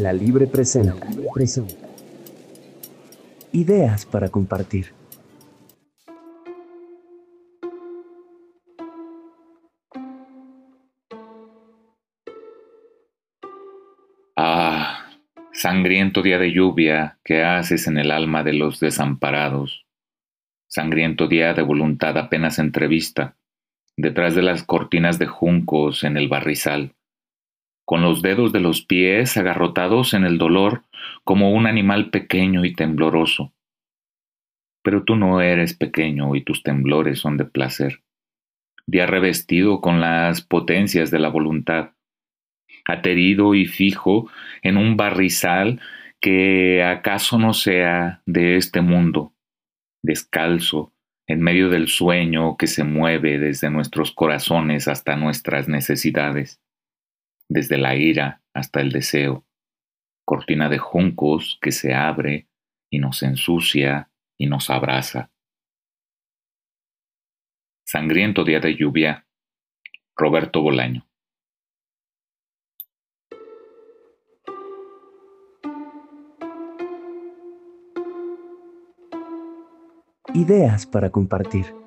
La Libre presenta. Ideas para compartir. Ah, sangriento día de lluvia que haces en el alma de los desamparados. Sangriento día de voluntad apenas entrevista, detrás de las cortinas de juncos en el barrizal, con los dedos de los pies agarrotados en el dolor como un animal pequeño y tembloroso. Pero tú no eres pequeño y tus temblores son de placer. Día revestido con las potencias de la voluntad, aterido y fijo en un barrizal que acaso no sea de este mundo, descalzo, en medio del sueño que se mueve desde nuestros corazones hasta nuestras necesidades, desde la ira hasta el deseo, cortina de juncos que se abre y nos ensucia y nos abraza. Sangriento día de lluvia, Roberto Bolaño. Ideas para compartir.